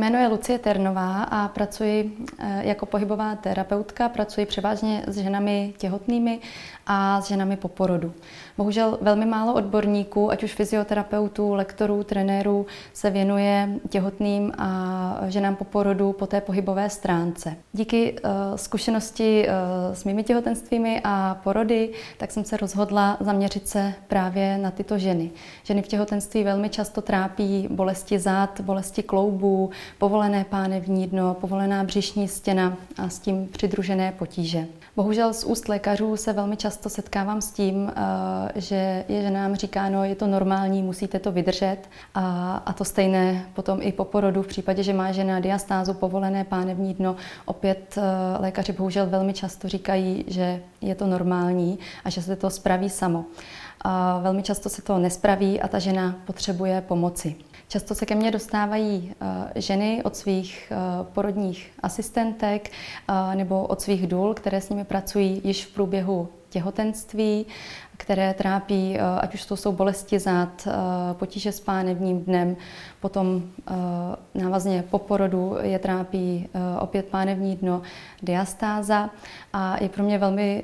jméno je Lucie Ternová a pracuji jako pohybová terapeutka. Pracuji převážně s ženami těhotnými a s ženami po porodu. Bohužel velmi málo odborníků, ať už fyzioterapeutů, lektorů, trenérů, se věnuje těhotným a ženám po porodu po té pohybové stránce. Díky zkušenosti s mými těhotenstvími a porody, tak jsem se rozhodla zaměřit se právě na tyto ženy. Ženy v těhotenství velmi často trápí bolesti zad, bolesti kloubů, povolené pánevní dno, povolená břišní stěna a s tím přidružené potíže. Bohužel z úst lékařů se velmi často setkávám s tím, že je ženám říkáno, je to normální, musíte to vydržet. A to stejné potom i po porodu, v případě, že má žena diastázu, povolené pánevní dno. Opět lékaři bohužel velmi často říkají, že je to normální a že se to spraví samo. A velmi často se to nespraví a ta žena potřebuje pomoci. Často se ke mně dostávají ženy od svých porodních asistentek nebo od svých důl, které s nimi pracují již v průběhu těhotenství, které trápí, ať už to jsou bolesti zad, potíže s pánevním dnem, potom návazně po porodu je trápí opět pánevní dno, diastáza a je pro mě velmi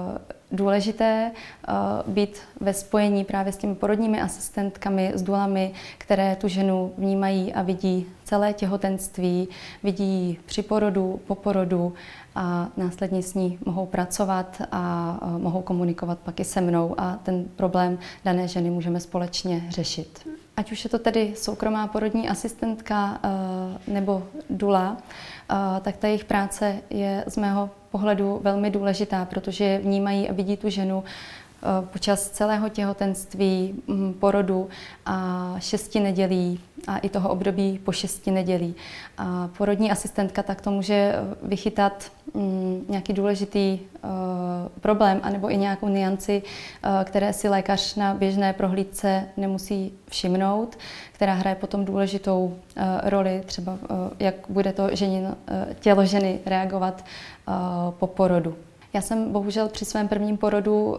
důležité být ve spojení právě s těmi porodními asistentkami, s důlami, které tu ženu vnímají a vidí celé těhotenství, vidí při porodu, po porodu a následně s ní mohou pracovat a mohou komunikovat pak i se mnou a ten problém dané ženy můžeme společně řešit. Ať už je to tedy soukromá porodní asistentka nebo dula, tak ta jejich práce je z mého pohledu velmi důležitá, protože vnímají a vidí tu ženu počas celého těhotenství, porodu a 6 nedělí a i toho období po 6 nedělí. A porodní asistentka takto může vychytat nějaký důležitý problém anebo i nějakou nianci, které si lékař na běžné prohlídce nemusí všimnout, která hraje potom důležitou roli, třeba jak bude to tělo ženy reagovat po porodu. Já jsem bohužel při svém prvním porodu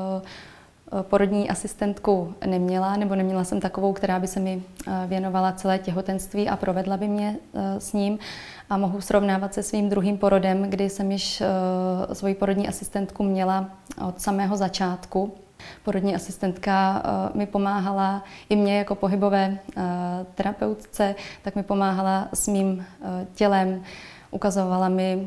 porodní asistentku neměla, nebo neměla jsem takovou, která by se mi věnovala celé těhotenství a provedla by mě s ním. A mohu srovnávat se svým druhým porodem, kdy jsem již svoji porodní asistentku měla od samého začátku. Porodní asistentka mi pomáhala i mě jako pohybové terapeutce, tak mi pomáhala s mým tělem, ukazovala mi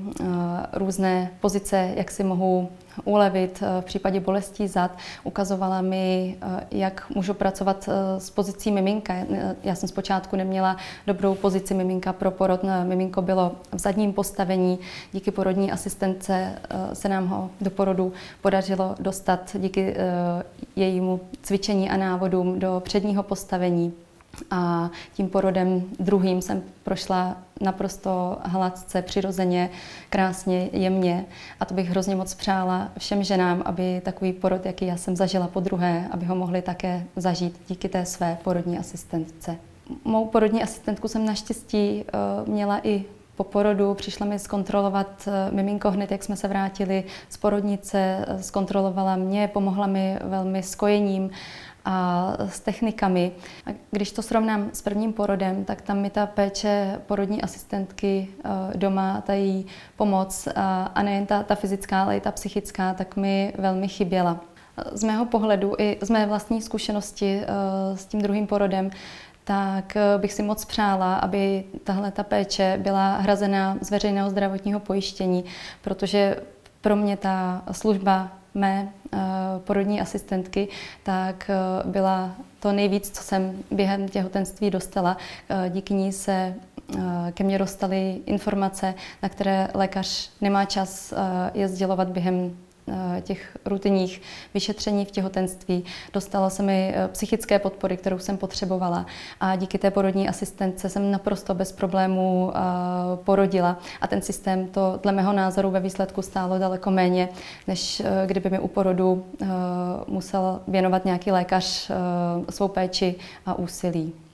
různé pozice, jak si mohu ulevit v případě bolestí zad. Ukazovala mi, jak můžu pracovat s pozicí miminka. Já jsem zpočátku neměla dobrou pozici miminka pro porod. Miminko bylo v zadním postavení. Díky porodní asistentce se nám ho do porodu podařilo dostat díky jejímu cvičení a návodům do předního postavení. A tím porodem druhým jsem prošla naprosto hladce, přirozeně, krásně, jemně. A to bych hrozně moc přála všem ženám, aby takový porod, jaký já jsem zažila podruhé, aby ho mohli také zažít díky té své porodní asistentce. Mou porodní asistentku jsem naštěstí měla i po porodu. Přišla mi zkontrolovat miminko hned, jak jsme se vrátili z porodnice, zkontrolovala mě, pomohla mi velmi s kojením a s technikami. A když to srovnám s prvním porodem, tak tam mi ta péče porodní asistentky doma, ta její pomoc a nejen ta fyzická, ale i ta psychická, tak mi velmi chyběla. Z mého pohledu i z mé vlastní zkušenosti s tím druhým porodem, tak bych si moc přála, aby tahle ta péče byla hrazena z veřejného zdravotního pojištění, protože pro mě ta služba mé porodní asistentky, tak byla to nejvíc, co jsem během těhotenství dostala. Díky ní se ke mně dostaly informace, na které lékař nemá čas je sdělovat během těch rutinních vyšetření v těhotenství. Dostalo se mi psychické podpory, kterou jsem potřebovala a díky té porodní asistentce jsem naprosto bez problémů porodila a ten systém to dle mého názoru ve výsledku stálo daleko méně, než kdyby mi u porodu musel věnovat nějaký lékař svou péči a úsilí.